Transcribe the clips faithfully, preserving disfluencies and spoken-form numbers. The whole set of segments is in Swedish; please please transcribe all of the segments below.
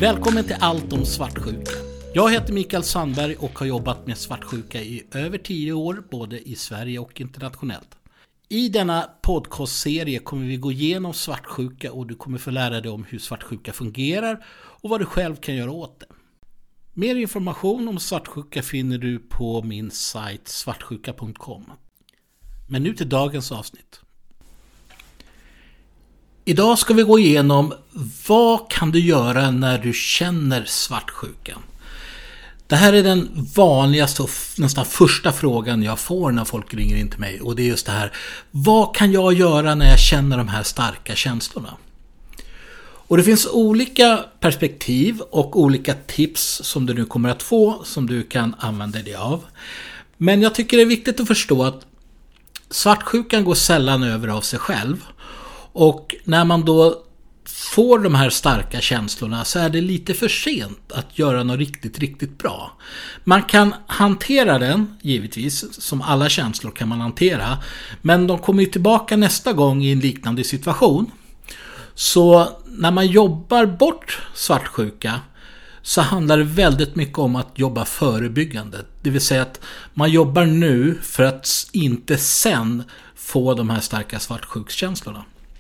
Välkommen till Allt om svartsjuka. Jag heter Mikael Sandberg och har jobbat med svartsjuka i över tio år, både i Sverige och internationellt. I denna podcastserie kommer vi gå igenom svartsjuka och du kommer få lära dig om hur svartsjuka fungerar och vad du själv kan göra åt det. Mer information om svartsjuka finner du på min sajt svartsjuka punkt com. Men nu till dagens avsnitt. Idag ska vi gå igenom vad kan du göra när du känner svartsjukan. Det här är den vanligaste och nästan första frågan jag får när folk ringer in till mig. Och det är just det här, vad kan jag göra när jag känner de här starka känslorna? Och det finns olika perspektiv och olika tips som du nu kommer att få som du kan använda dig av. Men jag tycker det är viktigt att förstå att svartsjukan går sällan över av sig själv. Och när man då får de här starka känslorna så är det lite för sent att göra något riktigt, riktigt bra. Man kan hantera den, givetvis, som alla känslor kan man hantera. Men de kommer ju tillbaka nästa gång i en liknande situation. Så när man jobbar bort svartsjuka så handlar det väldigt mycket om att jobba förebyggande. Det vill säga att man jobbar nu för att inte sen få de här starka svartsjukskänslorna.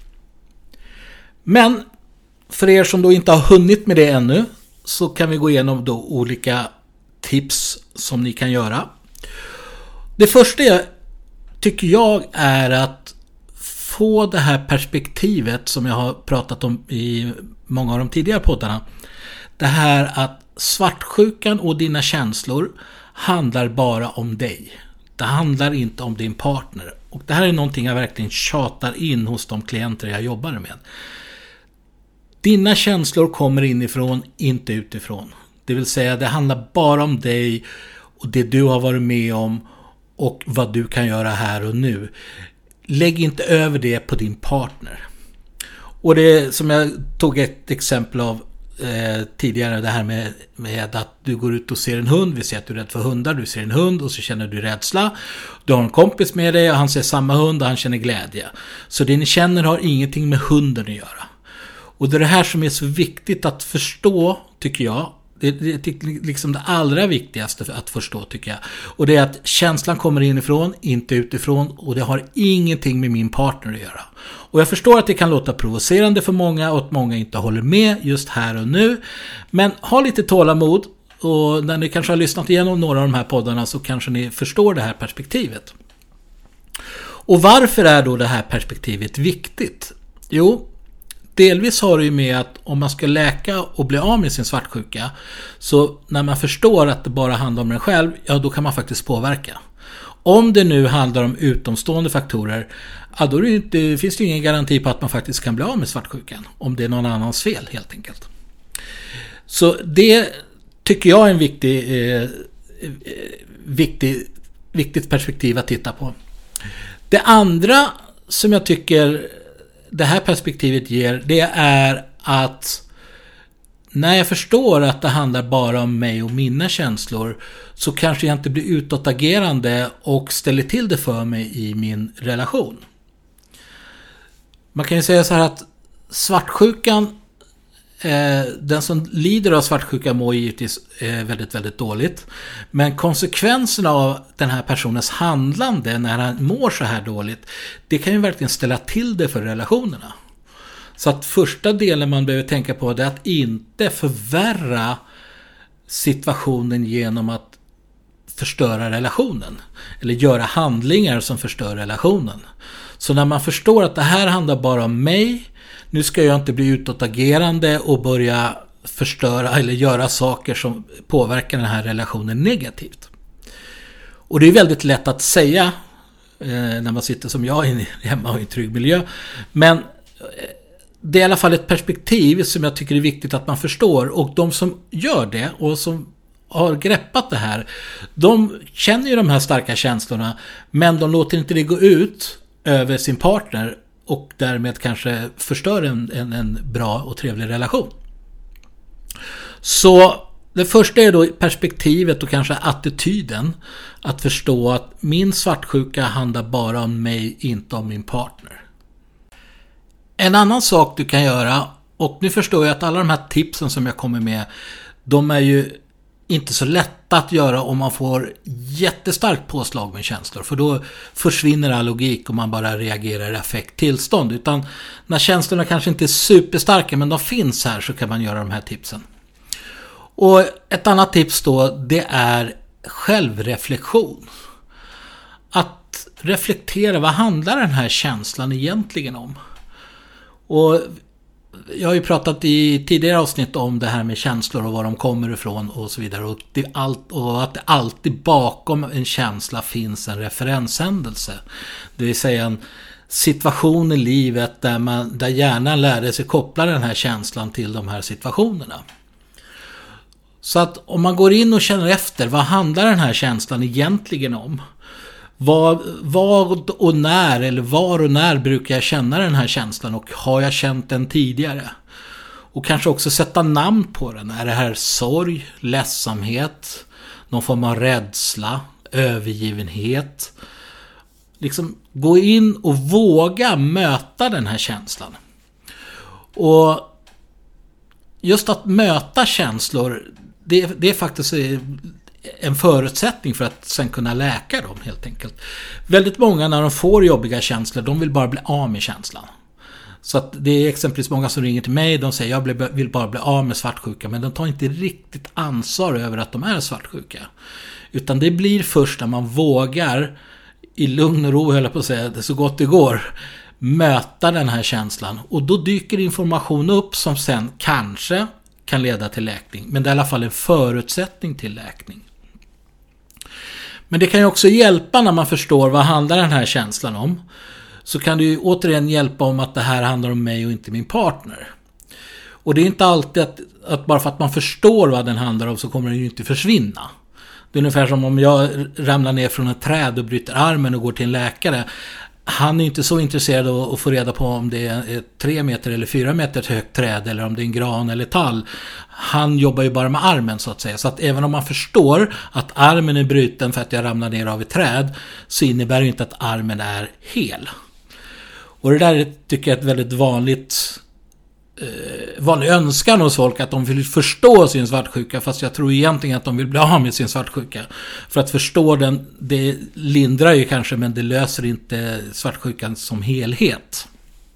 Men för er som då inte har hunnit med det ännu så kan vi gå igenom då olika tips som ni kan göra. Det första tycker jag är att få det här perspektivet som jag har pratat om i många av de tidigare poddarna. Det här att svartsjukan och dina känslor handlar bara om dig. Det handlar inte om din partner. Och det här är någonting jag verkligen tjatar in hos de klienter jag jobbar med. Dina känslor kommer inifrån, inte utifrån. Det vill säga det handlar bara om dig och det du har varit med om och vad du kan göra här och nu. Lägg inte över det på din partner. Och det som jag tog ett exempel av eh, tidigare, det här med, med att du går ut och ser en hund. Vi ser att du är rädd för hundar, du ser en hund och så känner du rädsla. Du har en kompis med dig och han ser samma hund och han känner glädje. Så det ni känner har ingenting med hunden att göra. Och det är det här som är så viktigt att förstå, tycker jag. Det är liksom det allra viktigaste att förstå, tycker jag. Och det är att känslan kommer inifrån, inte utifrån. Och det har ingenting med min partner att göra. Och jag förstår att det kan låta provocerande för många och att många inte håller med just här och nu. Men ha lite tålamod. Och när ni kanske har lyssnat igenom några av de här poddarna så kanske ni förstår det här perspektivet. Och varför är då det här perspektivet viktigt? Jo, delvis har det ju med att om man ska läka och bli av med sin svartsjuka, så när man förstår att det bara handlar om en själv, ja då kan man faktiskt påverka. Om det nu handlar om utomstående faktorer, ja då är det inte, finns det ingen garanti på att man faktiskt kan bli av med svartsjukan. Om det är någon annans fel helt enkelt. Så det tycker jag är en viktig, eh, viktig, viktigt perspektiv att titta på. Det andra som jag tycker det här perspektivet ger, det är att när jag förstår att det handlar bara om mig och mina känslor, så kanske jag inte blir utåtagerande och ställer till det för mig i min relation. Man kan ju säga så här att svartsjukan, eh, den som lider av svartsjuka mår givetvis eh, väldigt, väldigt dåligt. Men konsekvenserna av den här personens handlande när han mår så här dåligt, det kan ju verkligen ställa till det för relationerna. Så att första delen man behöver tänka på är att inte förvärra situationen genom att förstöra relationen. Eller göra handlingar som förstör relationen. Så när man förstår att det här handlar bara om mig, nu ska jag inte bli utåtagerande och börja förstöra eller göra saker som påverkar den här relationen negativt. Och det är väldigt lätt att säga eh, när man sitter som jag hemma i en trygg miljö. Men det är i alla fall ett perspektiv som jag tycker är viktigt att man förstår. Och de som gör det och som har greppat det här, de känner ju de här starka känslorna, men de låter inte det gå ut över sin partner och därmed kanske förstör en, en, en bra och trevlig relation. Så det första är då perspektivet och kanske attityden. Att förstå att min svartsjuka handlar bara om mig, inte om min partner. En annan sak du kan göra Och nu förstår jag att alla de här tipsen som jag kommer med, de är ju inte så lätta att göra om man får jättestarkt påslag med känslor. För då försvinner all logik och man bara reagerar i affekt tillstånd. Utan när känslorna kanske inte är superstarka men de finns här, så kan man göra de här tipsen. Och ett annat tips då, det är självreflektion. Att reflektera, vad handlar den här känslan egentligen om? Och jag har ju pratat i tidigare avsnitt om det här med känslor och var de kommer ifrån och så vidare. Och, det allt, och att det alltid bakom en känsla finns en referenshändelse. Det vill säga en situation i livet där, man, där hjärnan lärde sig koppla den här känslan till de här situationerna. Så att om man går in och känner efter, vad handlar den här känslan egentligen om? Vad, vad och när, eller var och när brukar jag känna den här känslan, och har jag känt den tidigare? Och kanske också sätta namn på den. Är det här sorg, ledsamhet, någon form av rädsla, övergivenhet? Liksom gå in och våga möta den här känslan. Och just att möta känslor, det, det är faktiskt en förutsättning för att sen kunna läka dem, helt enkelt. Väldigt många, när de får jobbiga känslor, de vill bara bli av med känslan. Så att det är exempelvis många som ringer till mig, de säger jag vill bara bli av med svartsjuka, men de tar inte riktigt ansvar över att de är svartsjuka. Utan det blir först när man vågar i lugn och ro, höll jag på att säga, det så gott det går, möta den här känslan. Och då dyker information upp som sen kanske kan leda till läkning. Men det är i alla fall en förutsättning till läkning. Men det kan ju också hjälpa när man förstår vad handlar den här känslan om. Så kan det ju återigen hjälpa om att det här handlar om mig och inte min partner. Och det är inte alltid att, att bara för att man förstår vad den handlar om så kommer den ju inte försvinna. Det är ungefär som om jag ramlar ner från ett träd och bryter armen och går till en läkare. Han är inte så intresserad av att få reda på om det är ett tre meter eller fyra meter högt träd eller om det är en gran eller tall. Han jobbar ju bara med armen, så att säga. Så att även om man förstår att armen är bruten för att jag ramlar ner av ett träd, så innebär det inte att armen är hel. Och det där tycker jag är ett väldigt vanligt eh, vanlig önskan hos folk, att de vill förstå sin svartsjuka, fast jag tror egentligen att de vill bli av med sin svartsjuka. För att förstå den, det lindrar ju kanske, men det löser inte svartsjukan som helhet.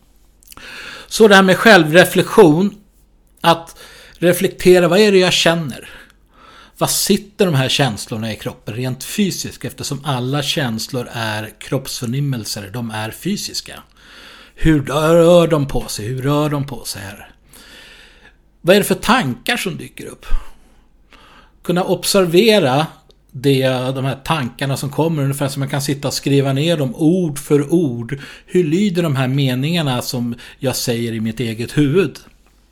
Så det här med självreflektion, att reflektera, vad är det jag känner? Vad sitter de här känslorna i kroppen rent fysiskt, eftersom alla känslor är kroppsförnimmelser, de är fysiska. Hur rör de på sig? Hur rör de på sig här? Vad är det för tankar som dyker upp? Kunna observera det, de här tankarna som kommer, ungefär som man kan sitta och skriva ner dem ord för ord. Hur lyder de här meningarna som jag säger i mitt eget huvud?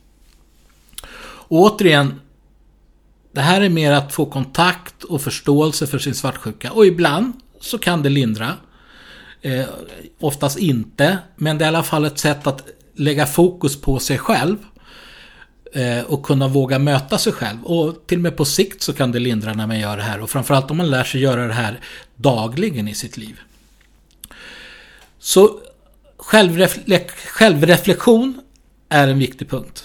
Och återigen, det här är mer att få kontakt och förståelse för sin svartsjuka. Och ibland så kan det lindra. Eh, oftast inte, men det är i alla fall ett sätt att lägga fokus på sig själv eh, och kunna våga möta sig själv. Och till och med på sikt så kan det lindra när man gör det här, och framförallt om man lär sig göra det här dagligen i sitt liv. Så självrefle- självreflektion är en viktig punkt.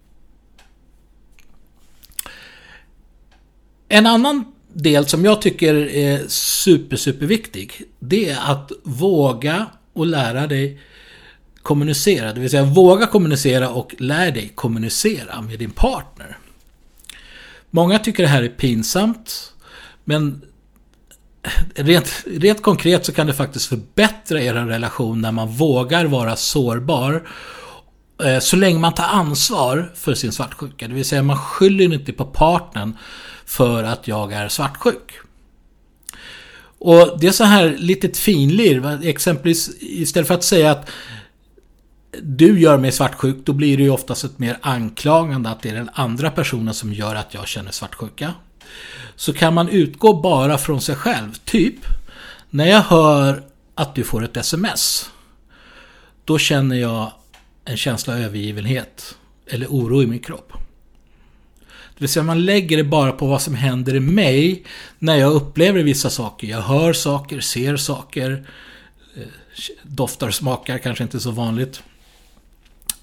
En annan del som jag tycker är super, super viktig, det är att våga och lära dig kommunicera. Det vill säga våga kommunicera och lär dig kommunicera med din partner. Många tycker det här är pinsamt, men rent, rent konkret så kan det faktiskt förbättra er relation när man vågar vara sårbar, så länge man tar ansvar för sin svartsjuka. Det vill säga man skyller inte på partnern för att jag är svartsjuk. Och det är så här litet finlir. Exempelvis istället för att säga att du gör mig svartsjuk, då blir det ju oftast ett mer anklagande att det är den andra personen som gör att jag känner svartsjuka. Så kan man utgå bara från sig själv. Typ, när jag hör att du får ett sms, då känner jag en känsla av övergivenhet eller oro i min kropp. Det vill säga man lägger det bara på vad som händer i mig när jag upplever vissa saker. Jag hör saker, ser saker, doftar, smakar, kanske inte så vanligt.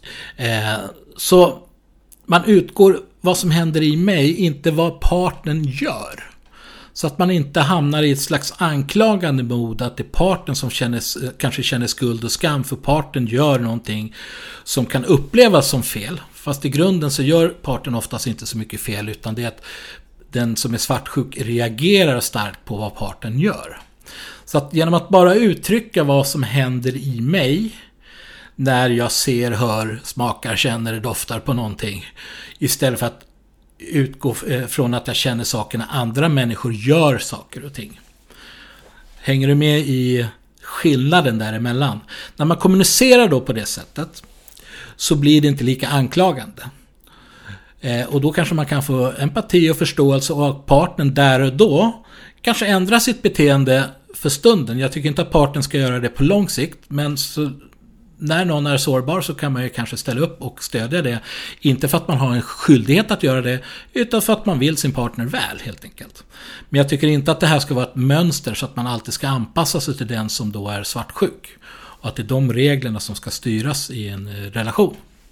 Eh, så man utgår vad som händer i mig, inte vad partnern gör. Så att man inte hamnar i ett slags anklagande mod att det är parten som känner, kanske känner skuld och skam för parten gör någonting som kan upplevas som fel. Fast i grunden så gör parten oftast inte så mycket fel, utan det är att den som är svartsjuk reagerar starkt på vad parten gör. Så att genom att bara uttrycka vad som händer i mig när jag ser, hör, smakar, känner, doftar på någonting, istället för att utgå från att jag känner saker när andra människor gör saker och ting. Hänger du med i skillnaden däremellan? När man kommunicerar då på det sättet så blir det inte lika anklagande. Eh, och då kanske man kan få empati och förståelse, och partnern där och då kanske ändra sitt beteende för stunden. Jag tycker inte att partnern ska göra det på lång sikt, men så, när någon är sårbar så kan man ju kanske ställa upp och stödja det. Inte för att man har en skyldighet att göra det, utan för att man vill sin partner väl, helt enkelt. Men jag tycker inte att det här ska vara ett mönster så att man alltid ska anpassa sig till den som då är svartsjuk. Och att det är de reglerna som ska styras i en relation.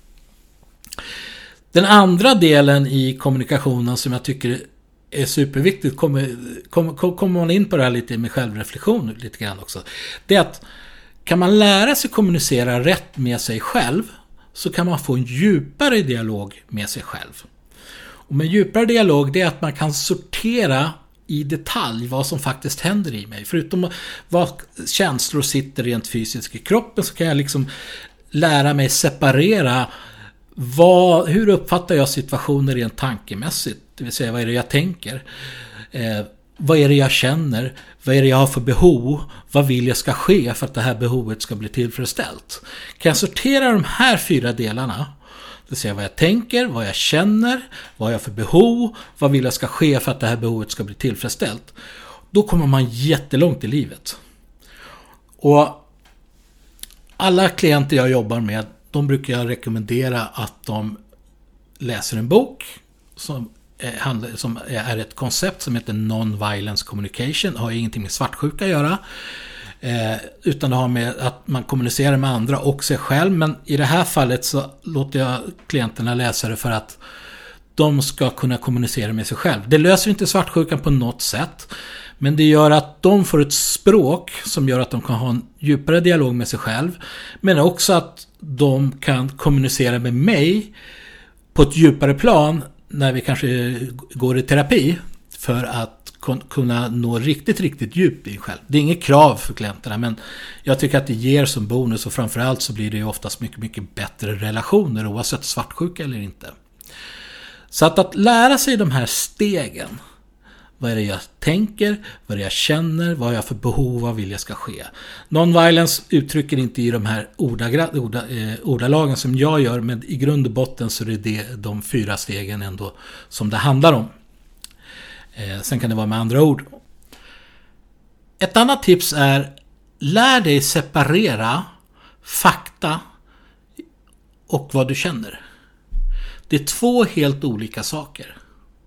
Den andra delen i kommunikationen som jag tycker är superviktigt, kommer, kommer, kommer man in på det här lite med självreflektion lite grann också. Det är att kan man lära sig kommunicera rätt med sig själv, så kan man få en djupare dialog med sig själv. Och med djupare dialog, det är att man kan sortera i detalj vad som faktiskt händer i mig. Förutom vad känslor sitter rent fysiskt i kroppen, så kan jag liksom lära mig separera vad, hur uppfattar jag situationer rent tankemässigt. Det vill säga, vad är det jag tänker? Eh, vad är det jag känner? Vad är det jag har för behov? Vad vill jag ska ske för att det här behovet ska bli tillfredsställt? Kan jag sortera de här fyra delarna? Det vill säga vad jag tänker, vad jag känner, vad jag har för behov, vad vill jag ska ske för att det här behovet ska bli tillfredsställt. Då kommer man jättelångt i livet. Och alla klienter jag jobbar med, de brukar jag rekommendera att de läser en bok som är, som är ett koncept som heter Non-Violence Communication. Det har ingenting med svartsjuka att göra. Eh, utan det har med att man kommunicerar med andra och sig själv. Men i det här fallet så låter jag klienterna läsa det för att de ska kunna kommunicera med sig själv. Det löser inte svartsjukan på något sätt. Men det gör att de får ett språk som gör att de kan ha en djupare dialog med sig själv. Men också att de kan kommunicera med mig på ett djupare plan när vi kanske går i terapi, för att kunna nå riktigt, riktigt djupt i själv. Det är inget krav för klienterna, men jag tycker att det ger som bonus, och framförallt så blir det ju oftast mycket, mycket bättre relationer oavsett svartsjuka eller inte. Så att, att lära sig de här stegen, vad är det jag tänker, vad är det jag känner, vad har jag för behov, vad vill jag ska ske. Non-violence uttrycker inte i de här ordagra, orda, eh, ordalagen som jag gör, men i grund och botten så är det, det de fyra stegen ändå som det handlar om. Eh, sen kan det vara med andra ord. Ett annat tips är: lär dig separera fakta och vad du känner. Det är två helt olika saker.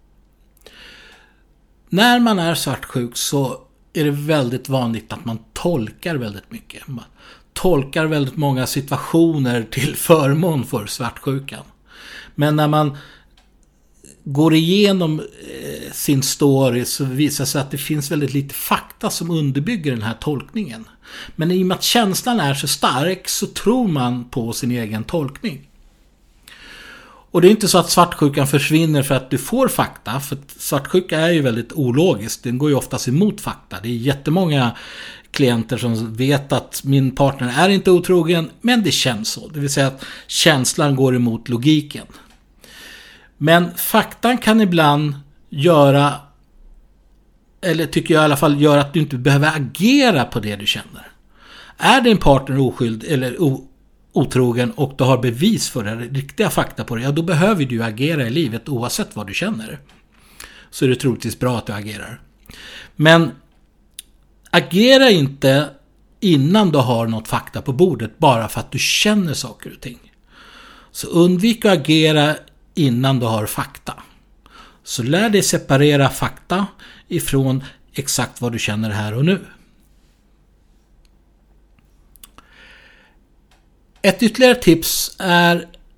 När man är svartsjuk så är det väldigt vanligt att man tolkar väldigt mycket. Man tolkar väldigt många situationer till förmån för svartsjukan. Men när man går igenom sin story så visar sig att det finns väldigt lite fakta som underbygger den här tolkningen. Men i och med att känslan är så stark så tror man på sin egen tolkning. Och det är inte så att svartsjukan försvinner för att du får fakta, för svartsjuka är ju väldigt ologiskt. Den går ju oftast emot fakta. Det är jättemånga klienter som vet att min partner är inte otrogen, men det känns så. Det vill säga att känslan går emot logiken. Men faktan kan ibland göra, eller tycker jag i alla fall, gör att du inte behöver agera på det du känner. Är din partner oskyld eller o otrogen och du har bevis för det, riktiga fakta på det, ja då behöver du agera i livet oavsett vad du känner. Så är det troligtvis bra att du agerar. Men agera inte innan du har något fakta på bordet bara för att du känner saker och ting. Så undvik att agera innan du har fakta. Så lär dig separera fakta ifrån exakt vad du känner här och nu. Ett ytterligare tips är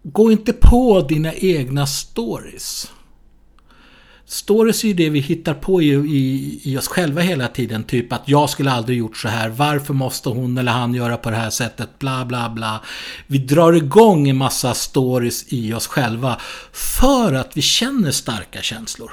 gå inte på dina egna stories. Stories är ju det vi hittar på i, i, i oss själva hela tiden. Typ att jag skulle aldrig gjort så här. Varför måste hon eller han göra på det här sättet? Bla bla bla. Vi drar igång en massa stories i oss själva. För att vi känner starka känslor.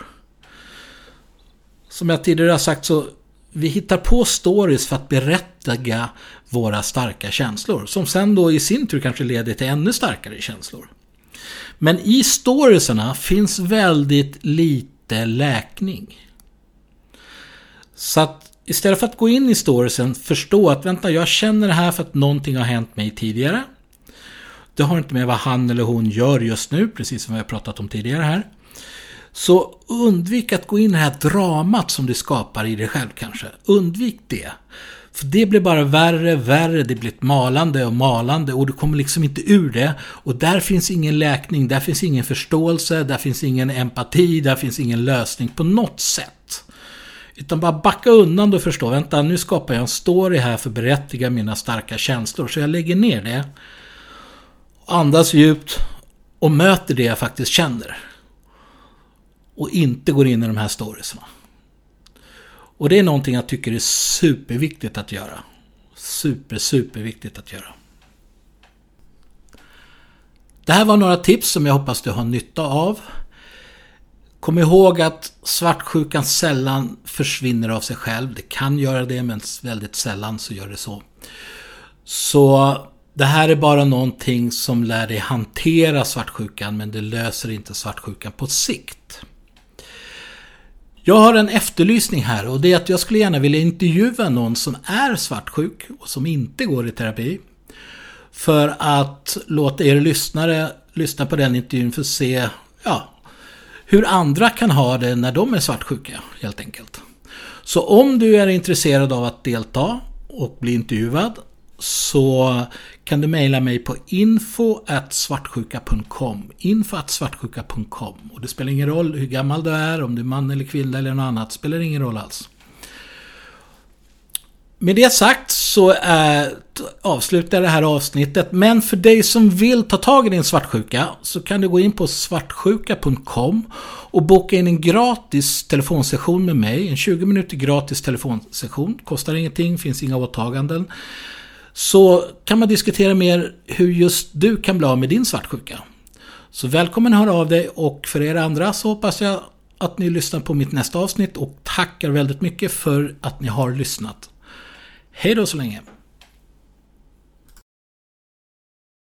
Som jag tidigare har sagt så. Vi hittar på stories för att berätta våra starka känslor. Som sen då i sin tur kanske leder till ännu starkare känslor. Men i storiesarna finns väldigt lite läkning. Så att istället för att gå in i storiesen, förstå att vänta, jag känner det här för att någonting har hänt mig tidigare. Det har inte med vad han eller hon gör just nu, precis som vi har pratat om tidigare här. Så undvik att gå in i det här dramat som du skapar i dig själv kanske. Undvik det. För det blir bara värre, värre, det blir ett malande och malande och du kommer liksom inte ur det. Och där finns ingen läkning, där finns ingen förståelse, där finns ingen empati, där finns ingen lösning på något sätt. Utan bara backa undan och förstå, vänta, nu skapar jag en story här för att berättiga mina starka känslor. Så jag lägger ner det, andas djupt och möter det jag faktiskt känner. Och inte går in i de här storiesarna. Och det är någonting jag tycker är superviktigt att göra. Super, superviktigt att göra. Det här var några tips som jag hoppas du har nytta av. Kom ihåg att svartsjukan sällan försvinner av sig själv. Det kan göra det, men väldigt sällan så gör det så. Så det här är bara någonting som lär dig hantera svartsjukan, men det löser inte svartsjukan på sikt. Jag har en efterlysning här och det är att jag skulle gärna vilja intervjua någon som är svartsjuk och som inte går i terapi. För att låta er lyssnare lyssna på den intervjun för att se ja, hur andra kan ha det när de är svartsjuka helt enkelt. Så om du är intresserad av att delta och bli intervjuad så kan du mejla mig på info at svartsjuka punkt com info at svartsjuka punkt com och det spelar ingen roll hur gammal du är, om du är man eller kvinna eller något annat, spelar ingen roll alls. Med det sagt så är, avslutar jag det här avsnittet, men för dig som vill ta tag i din svartsjuka så kan du gå in på svartsjuka punkt com och boka in en gratis telefonsession med mig, en tjugo minuter gratis telefonsession, kostar ingenting, finns inga åtaganden. Så kan man diskutera mer hur just du kan bli av med din svartsjuka. Så välkommen att höra av dig, och för er andra så hoppas jag att ni lyssnar på mitt nästa avsnitt och tackar väldigt mycket för att ni har lyssnat. Hej då så länge!